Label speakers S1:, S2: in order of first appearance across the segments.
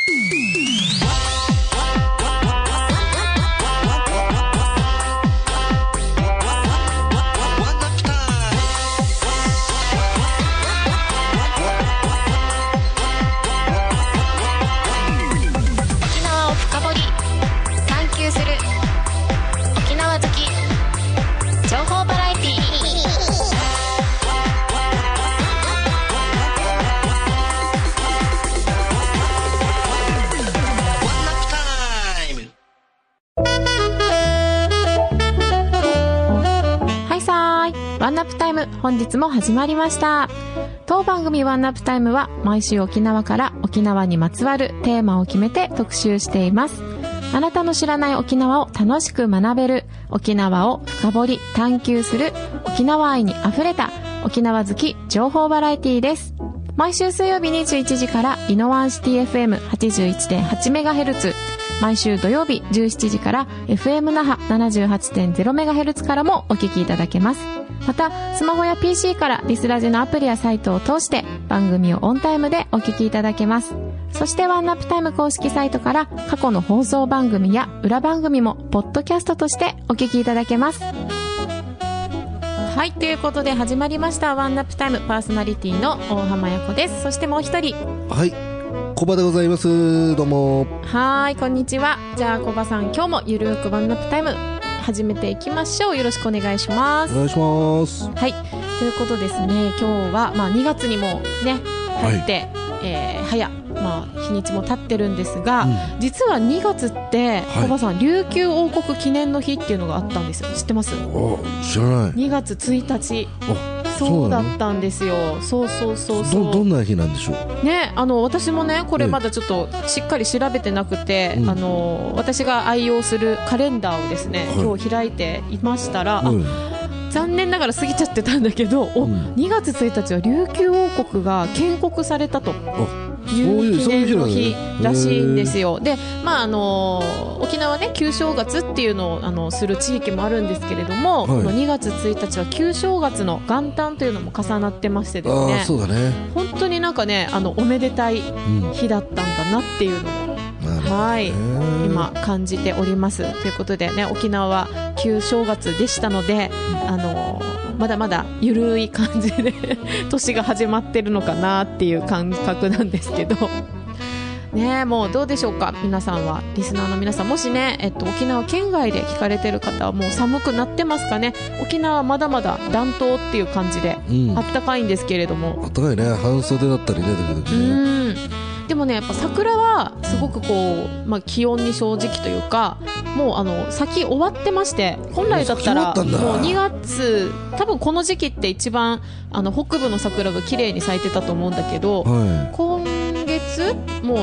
S1: ワンナップタイム、本日も始まりました。当番組ワンナップタイムは毎週沖縄から沖縄にまつわるテーマを決めて特集しています。あなたの知らない沖縄を楽しく学べる、沖縄を深掘り探求する、沖縄愛にあふれた沖縄好き情報バラエティです。毎週水曜日21時からイノワンシティ FM81.8MHz、 毎週土曜日17時から FM 那覇 78.0MHz からもお聞きいただけます。またスマホや PC からリスラジのアプリやサイトを通して番組をオンタイムでお聞きいただけます。そしてワンナップタイム公式サイトから過去の放送番組や裏番組もポッドキャストとしてお聞きいただけます。はい、ということで始まりましたワンナップタイム、パーソナリティの大浜彩子です。そしてもう一人、
S2: はい、コバでございます。どうも。
S1: はい、こんにちは。じゃあコバさん、今日もゆるくワンナップタイム始めていきましょう。よろしくお願いします。
S2: お願いします。
S1: はい、ということですね、今日は、2月にもね入って、早、日にちも経ってるんですが、実は2月ってコバさん、琉球王国記念の日っていうのがあったんですよ。知ってます？
S2: 知らない。
S1: 2月1日。そうだったんですよ。そう。
S2: どんな日なんでしょう
S1: ね。私もねこれまだちょっとしっかり調べてなくて、私が愛用するカレンダーをですね、今日開いていましたら、残念ながら過ぎちゃってたんだけど、2月1日は琉球王国が建国されたという記念の日らしいんですよ。で、沖縄ね旧正月っていうのをする地域もあるんですけれども、この2月1日は旧正月の元旦というのも重なってましてですね、
S2: そうだね、
S1: 本当になんかねおめでたい日だったんだなっていうのを、今感じております。ということでね、沖縄は旧正月でしたので、まだまだゆるい感じで年が始まってるのかなっていう感覚なんですけどね。もうどうでしょうか、皆さんは、リスナーの皆さん、もしね、沖縄県外で聞かれてる方はもう寒くなってますかね。沖縄はまだまだ暖冬っていう感じで、あったかいんですけれども、
S2: あったかいね、半袖だったりね、だけどね。
S1: でもね、やっぱ桜はすごくこう、気温に正直というか、もう咲き終わってまして、本来だったらもう2月、多分この時期って一番北部の桜が綺麗に咲いてたと思うんだけど、今月もう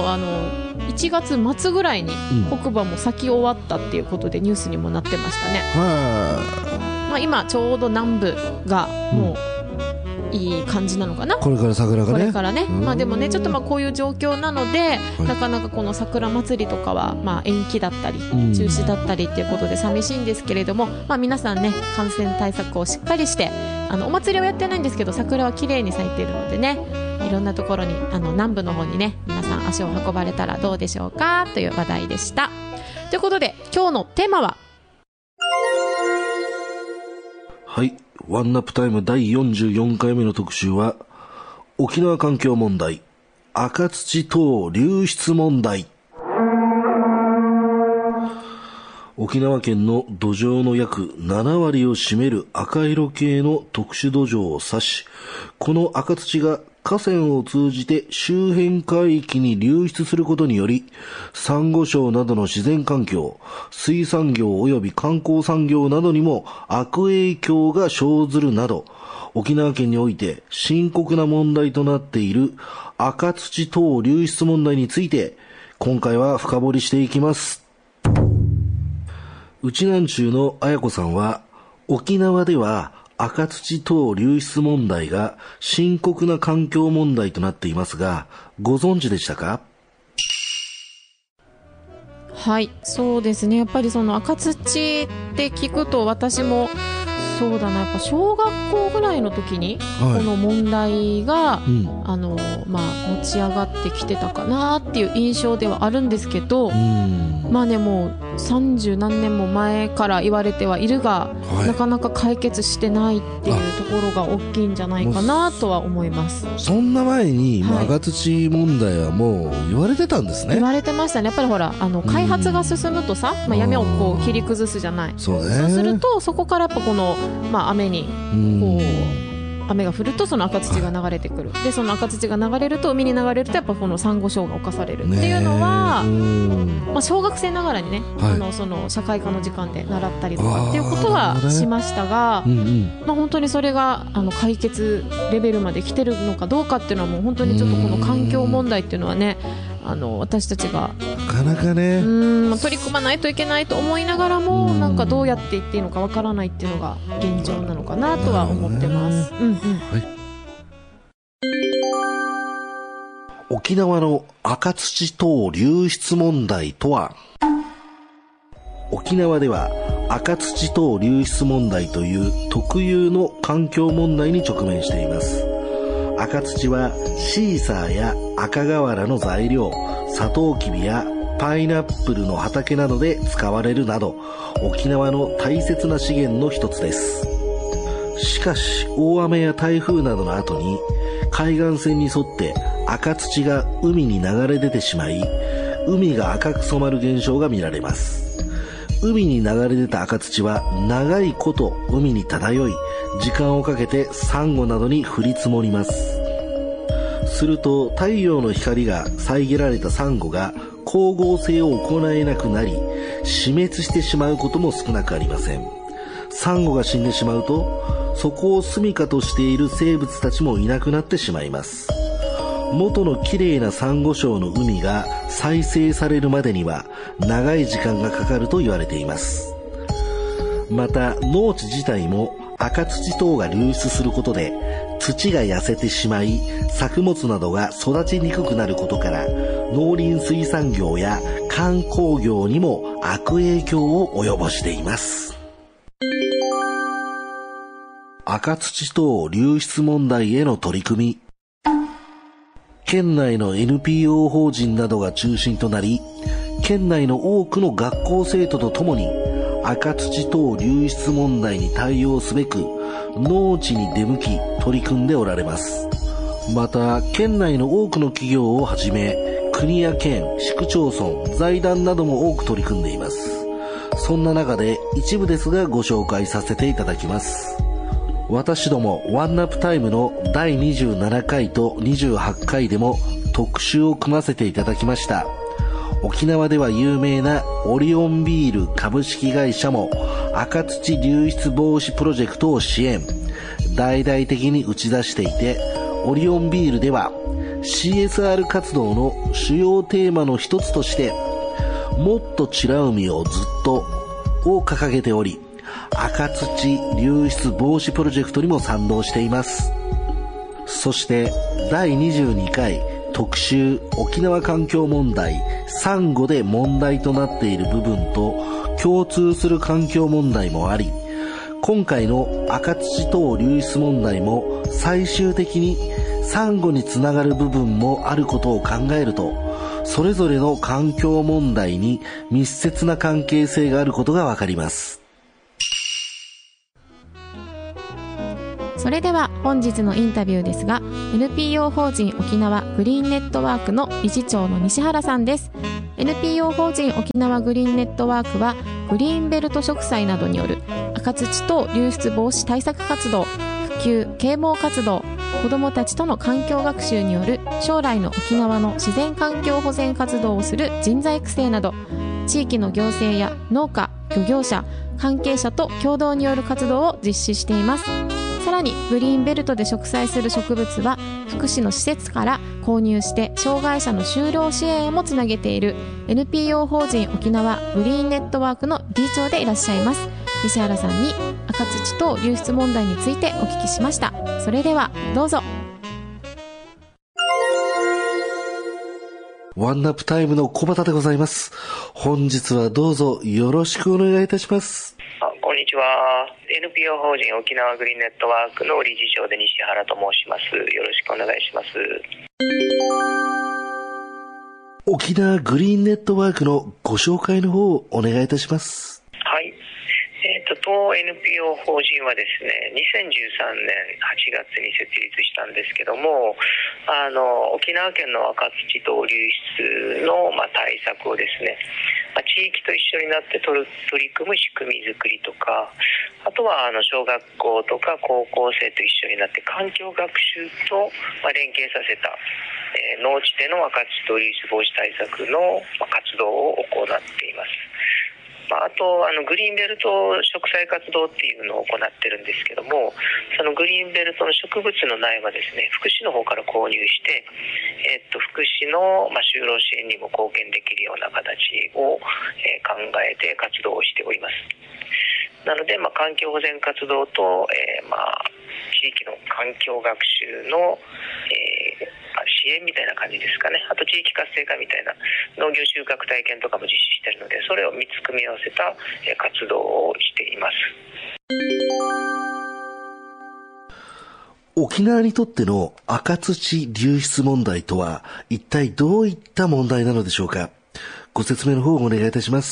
S1: 1月末ぐらいに北部はもう咲き終わったっていうことでニュースにもなってましたね。今ちょうど南部がもういい感じなのかな、これから桜がね、これからね。でもね、ちょっとこういう状況なので、なかなかこの桜祭りとかは延期だったり中止だったりっていうことで寂しいんですけれども、皆さんね感染対策をしっかりして、お祭りはやってないんですけど桜は綺麗に咲いているのでね、いろんなところに南部の方にね皆さん足を運ばれたらどうでしょうかという話題でした。ということで今日のテーマは、
S2: はい、ワンナップタイム第44回目の特集は、沖縄環境問題、赤土等流出問題。沖縄県の土壌の約7割を占める赤色系の特殊土壌を指し、この赤土が河川を通じて周辺海域に流出することにより、サンゴ礁などの自然環境、水産業及び観光産業などにも悪影響が生ずるなど、沖縄県において深刻な問題となっている赤土等流出問題について、今回は深掘りしていきます。うちなんちゅうのあやこさんは、沖縄では赤土等流出問題が深刻な環境問題となっていますが、ご存知でしたか？
S1: はい、そうですね。やっぱりその赤土って聞くと、私もそうだな、やっぱ小学校ぐらいの時にこの問題が、持ち上がってきてたかなっていう印象ではあるんですけど、まあね、もう30何年も前から言われてはいるが、なかなか解決してないっていうところが大きいんじゃないかなとは思います。
S2: そんな前に赤土問題はもう言われてたんですね。
S1: 言われてましたね。やっぱりほら開発が進むとさ、山をこう切り崩すじゃない。そうするとそこからやっぱこの、雨にこう雨が降るとその赤土が流れてくる。でその赤土が流れると海に流れるとやっぱこのサンゴ礁が侵されるっていうのは、小学生ながらにね、その社会科の時間で習ったりとかっていうことはしましたが、本当にそれが解決レベルまで来てるのかどうかっていうのはもう本当にちょっとこの環境問題っていうのはね、私たちが
S2: なかなかね
S1: 取り組まないといけないと思いながらも、なんかどうやっていっていいのかわからないっていうのが現状なのかなとは思ってます。
S2: 沖縄の赤土等流出問題とは。沖縄では赤土等流出問題という特有の環境問題に直面しています。赤土はシーサーや赤瓦の材料、サトウキビやパイナップルの畑などで使われるなど、沖縄の大切な資源の一つです。しかし大雨や台風などの後に海岸線に沿って赤土が海に流れ出てしまい、海が赤く染まる現象が見られます。海に流れ出た赤土は長いこと海に漂い、時間をかけてサンゴなどに降り積もります。すると太陽の光が遮られたサンゴが光合成を行えなくなり、死滅してしまうことも少なくありません。サンゴが死んでしまうと、そこを住処としている生物たちもいなくなってしまいます。元の綺麗なサンゴ礁の海が再生されるまでには長い時間がかかると言われています。また農地自体も赤土等が流出することで土が痩せてしまい、作物などが育ちにくくなることから、農林水産業や観光業にも悪影響を及ぼしています。赤土等流出問題への取り組み。県内の NPO 法人などが中心となり、県内の多くの学校生徒とともに赤土等流出問題に対応すべく農地に出向き取り組んでおられます。また県内の多くの企業をはじめ、国や県、市区町村、財団なども多く取り組んでいます。そんな中で一部ですがご紹介させていただきます。私どもワンナップタイムの第27回と28回でも特集を組ませていただきました。沖縄では有名なオリオンビール株式会社も赤土流出防止プロジェクトを支援、大々的に打ち出していて、オリオンビールでは CSR 活動の主要テーマの一つとしてもっと美ら海をずっとを掲げており、赤土流出防止プロジェクトにも賛同しています。そして第22回特集沖縄環境問題、サンゴで問題となっている部分と共通する環境問題もあり、今回の赤土等流出問題も最終的にサンゴにつながる部分もあることを考えると、それぞれの環境問題に密接な関係性があることがわかります。
S1: それでは本日のインタビューですが、 NPO 法人沖縄グリーンネットワークの理事長の西原さんです。 NPO 法人沖縄グリーンネットワークはグリーンベルト植栽などによる赤土等流出防止対策活動、普及啓蒙活動、子どもたちとの環境学習による将来の沖縄の自然環境保全活動をする人材育成など、地域の行政や農家、漁業者、関係者と共同による活動を実施しています。さらにグリーンベルトで植栽する植物は福祉の施設から購入して障害者の就労支援へもつなげている NPO 法人沖縄グリーンネットワークの理事長でいらっしゃいます西原さんに赤土等流出問題についてお聞きしました。それではどうぞ。
S2: ワンナップタイムの小畑でございます。本日はどうぞよろしくお願いいたします。
S3: こんにちは。NPO 法人沖縄グリーンネットワークの理事長で西原と申します。よろしくお願いします。
S2: 沖縄グリーンネットワークのご紹介の方をお願いいたします。
S3: はい。当 NPO 法人はですね、2013年8月に設立したんですけども、沖縄県の赤土等流出の、対策をですね、地域と一緒になって取り組む仕組み作りとか、あとは小学校とか高校生と一緒になって環境学習と連携させた農地での赤土等流出防止対策の活動を行っています。あとグリーンベルト植栽活動っていうのを行ってるんですけども、そのグリーンベルトの植物の苗はですね、福祉の方から購入して、福祉の就労支援にも貢献できるような形を考えて活動をしております。なので、環境保全活動と、地域の環境学習の、支援みたいな感じですかね。あと地域活性化みたいな農業収穫体験とかも実施しているので、それを3つ組み合わせた活動をしています。
S2: 沖縄にとっての赤土流出問題とは一体どういった問題なのでしょうか。ご説明の方をお願いいたします。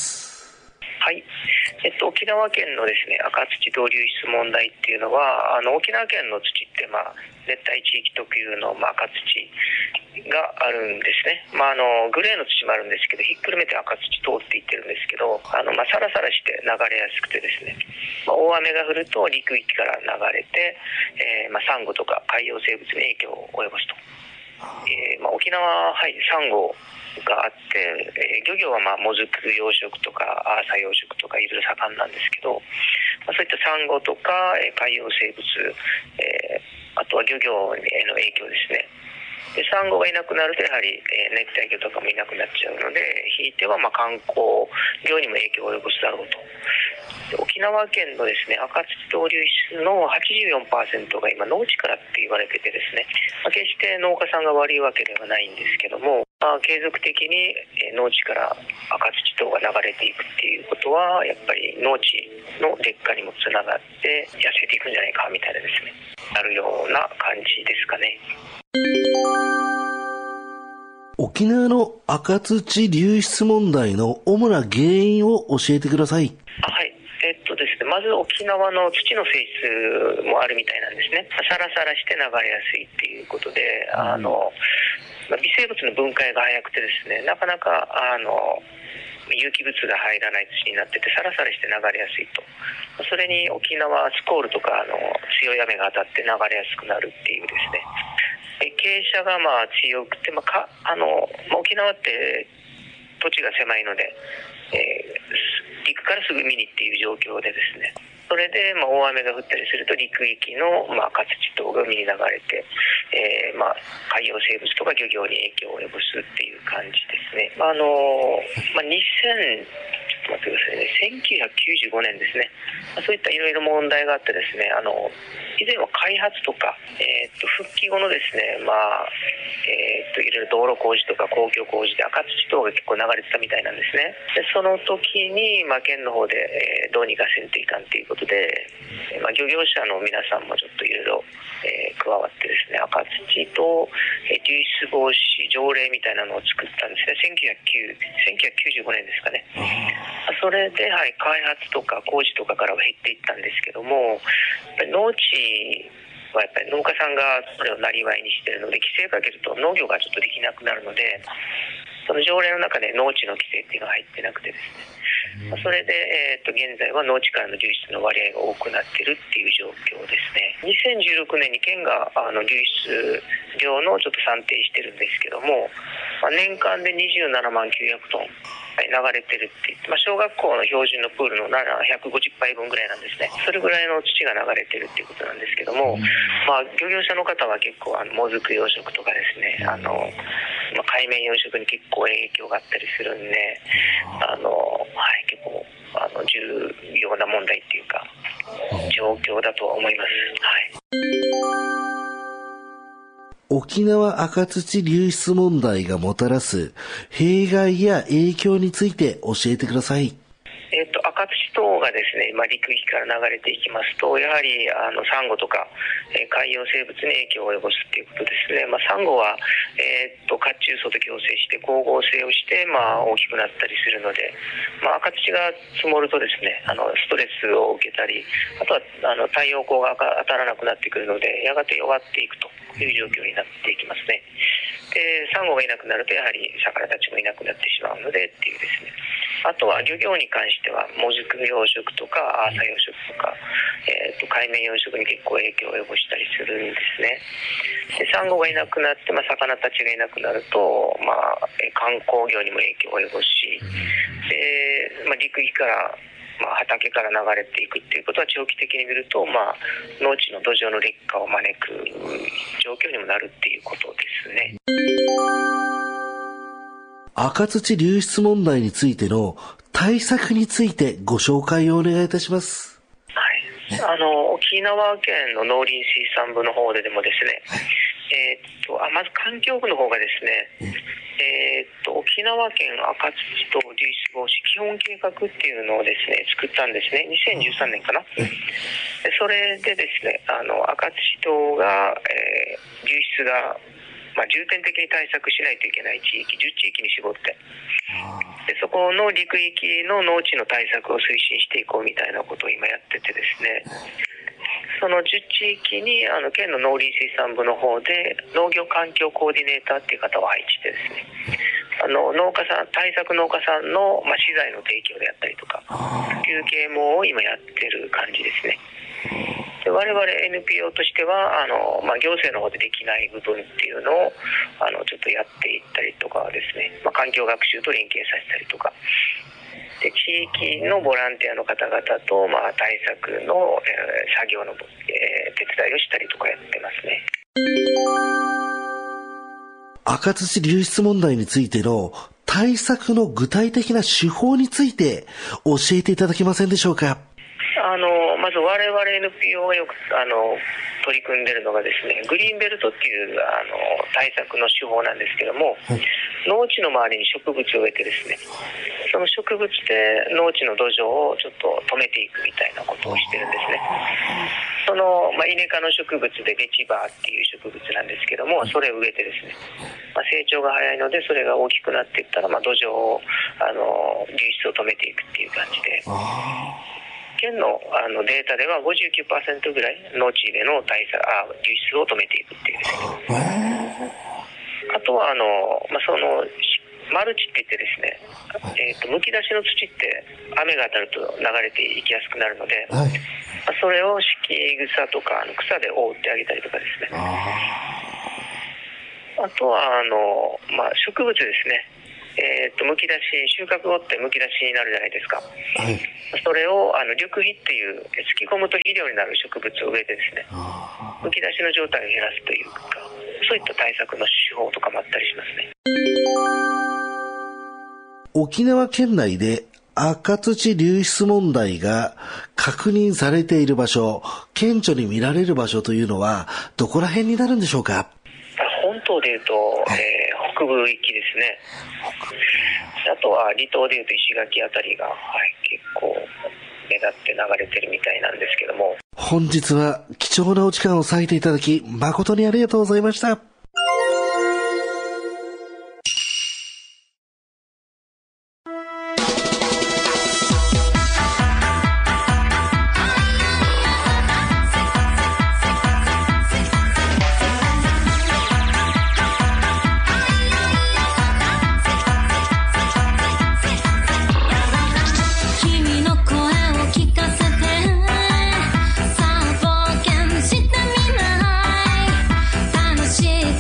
S3: はい。沖縄県のですね、赤土等流出問題っていうのは、沖縄県の土って熱帯地域特有の赤土があるんですね。グレーの土もあるんですけど、ひっくるめて赤土通っていってるんですけど、サラサラして流れやすくてですね、大雨が降ると陸域から流れて、サンゴとか海洋生物に影響を及ぼすと。沖縄、サンゴがあって、漁業はモズク養殖とかアーサ養殖とかいろいろ盛んなんですけど、そういったサンゴとか海洋生物、あとは漁業への影響ですね。でサンゴがいなくなるとやはり熱帯魚とかもいなくなっちゃうので、ひいては観光業にも影響を及ぼすだろうと。で沖縄県のですね、赤土等流出の 84% が今農地からって言われててですね、決して農家さんが悪いわけではないんですけども、継続的に農地から赤土等が流れていくっていうことは、やっぱり農地の劣化にもつながって痩せていくんじゃないかみたいなですね、なるような感じですかね。
S2: 沖縄の赤土流出問題の主な原因を教えてください。
S3: はい。ですね、まず沖縄の土の性質もあるみたいなんですね。サラサラして流れやすいっていうことで、微生物の分解が早くてですね、なかなか有機物が入らない土になってて、サラサラして流れやすいと。それに沖縄スコールとか強い雨が当たって流れやすくなるっていうですね、傾斜が強くて、沖縄って土地が狭いので、陸からすぐ海にっていう状況でですね、それで大雨が降ったりすると陸域の赤土等が海に流れて、海洋生物とか漁業に影響を及ぼすっていう感じですね。ちょっと待ってくださいね。1995年ですね。そういったいろいろ問題があってですね、以前は開発とか、復帰後のですね、いろいろ道路工事とか公共工事で赤土等が結構流れてたみたいなんですね。でその時に、県の方で、どうにかせんといかんということで、漁業者の皆さんもちょっといろいろ加わってですね、赤土と流出防止条例みたいなのを作ったんですね。1995年ですかね。それで、開発とか工事とかからは減っていったんですけども、やっぱり農地はやっぱり農家さんがそれをなりわいにしているので、規制かけると農業がちょっとできなくなるので、その条例の中で農地の規制っていうのが入ってなくてですね、それで、現在は農地からの流出の割合が多くなっているっていう状況ですね。2016年に県が流出量のちょっと算定してるんですけども、年間で27万900トン流れてるって言って、小学校の標準のプールの150杯分ぐらいなんですね。それぐらいの土が流れてるっていうことなんですけども、漁業者の方は結構モズク養殖とかですね、海面養殖に結構影響があったりするんで、結構重要な問題っていうか状況だとは思います。
S2: 沖縄赤土流出問題がもたらす弊害や影響について教えてください。
S3: 赤赤土等がですね、陸域から流れていきますと、やはりサンゴとか、海洋生物に影響を及ぼすということですね。サンゴは、褐虫層と共生して光合成をして、大きくなったりするので、赤土が積もるとですね、ストレスを受けたり、あとは太陽光が当たらなくなってくるので、やがて弱っていくという状況になっていきますね。で、サンゴがいなくなるとやはり魚たちもいなくなってしまうのでっていうですね。あとは漁業に関してはモズク養殖とかアーサ養殖とか、海面養殖に結構影響を及ぼしたりするんですね。で、サンゴがいなくなって、魚たちがいなくなると、観光業にも影響を及ぼし、で、陸域から畑から流れていくっていうことは長期的に見ると、農地の土壌の劣化を招く状況にもなるっていうことですね。
S2: 赤土流出問題についての対策についてご紹介をお願いいたします。
S3: はい。沖縄県の農林水産部の方でもですね、まず環境部の方がですね、沖縄県赤土等流出防止基本計画っていうのをですね作ったんですね。2013年かな。でそれでですね、赤土等が、流出が重点的に対策しないといけない地域10地域に絞って、でそこの陸域の農地の対策を推進していこうみたいなことを今やっててですね、その10地域に県の農林水産部の方で農業環境コーディネーターっていう方を配置してですね、農家さん、対策農家さんの、資材の提供であったりとか普及啓蒙を今やってる感じですね。で我々 NPO としては行政の方でできない部分っていうのをちょっとやっていったりとかですね、環境学習と連携させたりとかで、地域のボランティアの方々と、対策の、作業の、手伝いをしたりとかやってますね。
S2: 赤土流出問題についての対策の具体的な手法について教えていただけませんでしょうか。
S3: まず我々 NPO がよく取り組んでいるのがですね、グリーンベルトっていう対策の手法なんですけども、農地の周りに植物を植えてですね、その植物で農地の土壌をちょっと止めていくみたいなことをしてるんですね。その、イネ科の植物でベチバーっていう植物なんですけども、それを植えてですね、成長が早いのでそれが大きくなっていったら、土壌を流出を止めていくっていう感じで、県のデータでは 59% ぐらい農地での流出を止めていくっていうですね。あとはそのマルチって言ってですね、むき出しの土って雨が当たると流れていきやすくなるので、それを敷草とか草で覆ってあげたりとかですね。あとは植物ですね。むき出し、収穫後ってむき出しになるじゃないですか。それを緑肥っていうすき込むと肥料になる植物を植えてですね、むき出しの状態を減らすというか、そういった対策の手法とかもあったりしますね。
S2: 沖縄県内で赤土流出問題が確認されている場所、顕著に見られる場所というのはどこら辺になるんでしょうか。
S3: 本島でいうと、北部域ですね。あとは離島でいうと石垣あたりが、結構目立って流れてるみたいなんですけども。
S2: 本日は貴重なお時間を割いていただき誠にありがとうございました。
S4: さあ冒険してみない。楽しい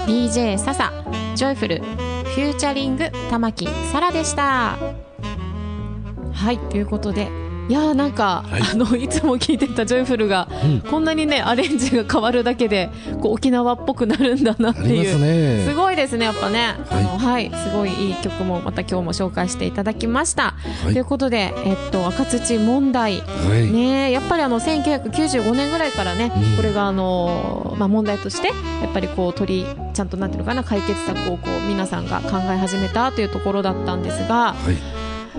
S1: DJ 笹、ジョイフル、フューチャリング玉木サラでした。はい、ということで、いやーなんか、はい、いつも聴いてたジョイフルが、こんなにねアレンジが変わるだけでこう沖縄っぽくなるんだなっていう、ね、すごいですねやっぱね、はい、すごいいい曲もまた今日も紹介していただきました、はい、ということで、赤土問題、はい、ね、やっぱり1995年ぐらいからね、これが問題としてやっぱりこうちゃんとなんていうのかな、解決策をこう皆さんが考え始めたというところだったんですが、はい、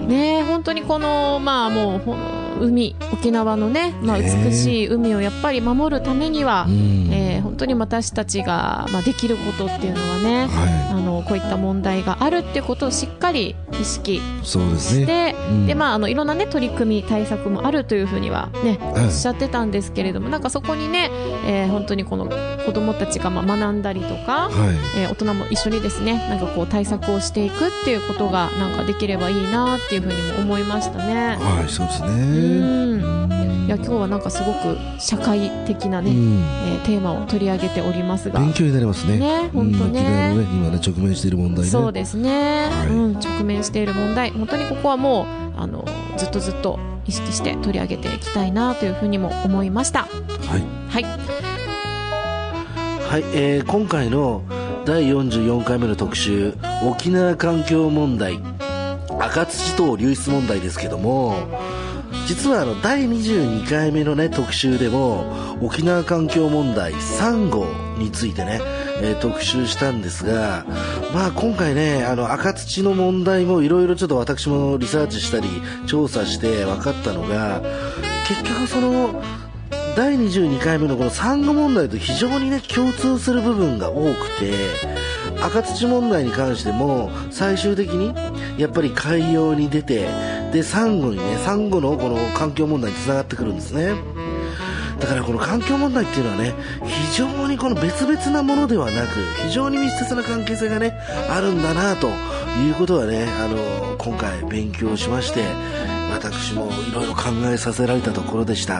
S1: ね、本当にこのもう沖縄のね、美しい海をやっぱり守るためには、本当に私たちが、できることっていうのはね、はい、こういった問題があるっていうことをしっかり意識して、で、いろんなね取り組み対策もあるというふうにはね、おっしゃってたんですけれども、なんかそこにね、本当にこの子どもたちが学んだりとか、はい、大人も一緒にですね、なんかこう対策をしていくっていうことがなんかできればいいなっていうふうにも思いましたね。
S2: はい、そうですね。
S1: いや今日はなんかすごく社会的なね、テーマを取り上げておりますが、
S2: 勉強になりますね。
S1: 本当ね、
S2: 沖縄のね今ね直面している問題ね。
S1: そうですね、はい、直面している問題、本当にここはもうずっと意識して取り上げていきたいなというふうにも思いました。はいはい
S2: はい、今回の第44回目の特集、沖縄環境問題、赤土等流出問題ですけども、実は第22回目のね特集でも沖縄環境問題サンゴについてね、特集したんですが、今回ね赤土の問題もいろいろちょっと私もリサーチしたり調査して分かったのが、結局その第22回目のこのサンゴ問題と非常にね共通する部分が多くて、赤土問題に関しても最終的にやっぱり海洋に出て、でサンゴのこの環境問題につながってくるんですね。だからこの環境問題っていうのはね、非常にこの別々なものではなく、非常に密接な関係性がねあるんだなということはね、今回勉強しまして、私もいろいろ考えさせられたところでした。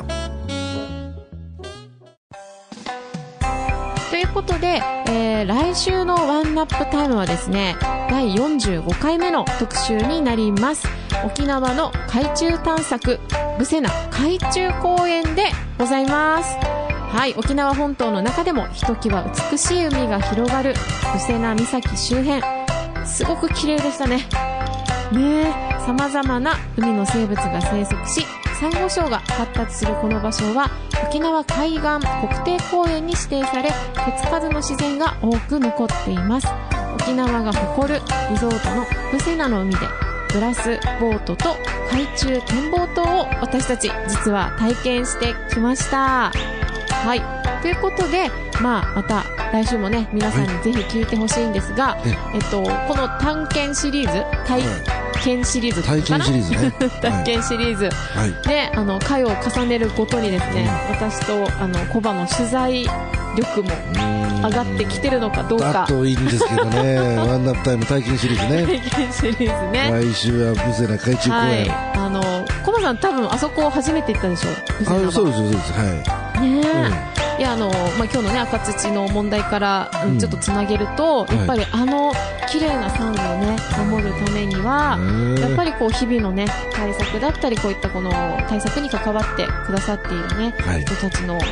S1: ということで、来週のワンナップタイムはですね、第45回目の特集になります。沖縄の海中探索ブセナ海中公園でございます。はい、沖縄本島の中でもひときわ美しい海が広がるブセナ岬周辺、すごく綺麗でしたね。さまざまな海の生物が生息し、サンゴ礁が発達するこの場所は沖縄海岸国定公園に指定され、手つかずの自然が多く残っています。沖縄が誇るリゾートのブセナの海でグラスボートと海中展望塔を私たち実は体験してきました。はい、ということで、また来週もね皆さんにぜひ聞いてほしいんですが、この探検シリーズ、体験シリーズかな、体験シリーズね体験シリーズ、で回を重ねるごとにですね、私とコバの取材力も上がってきてるのかどうか。
S2: だといいんですけどねワンナップタイム体験シリーズね
S1: 体験シリーズね、
S2: 来週はブセナ海中公園、
S1: コバさん多分あそこ初めて行ったでしょ。
S2: そうですはいね
S1: いや今日のね赤土の問題からちょっとつなげると、やっぱり綺麗なサンゴをね守るためにはやっぱりこう日々のね対策だったり、こういったこの対策に関わってくださっているね、人たちの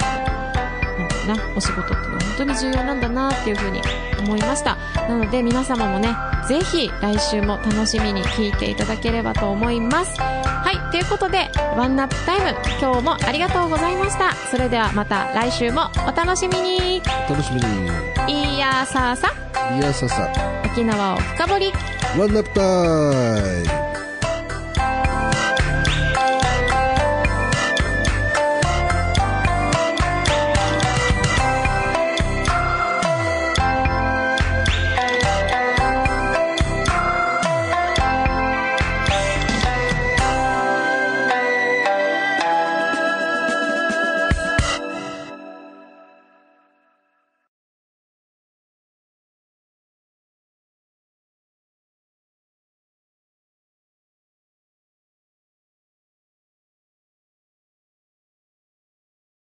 S1: お仕事っていうのは本当に重要なんだなっていうふうに思いました。なので皆様もねぜひ来週も楽しみに聞いていただければと思います。はい、ということでワンナップタイム、今日もありがとうございました。それではまた来週もお楽しみに。
S2: お楽しみに。
S1: いやささ
S2: 沖縄
S1: を深掘り
S2: ワンナップタイム。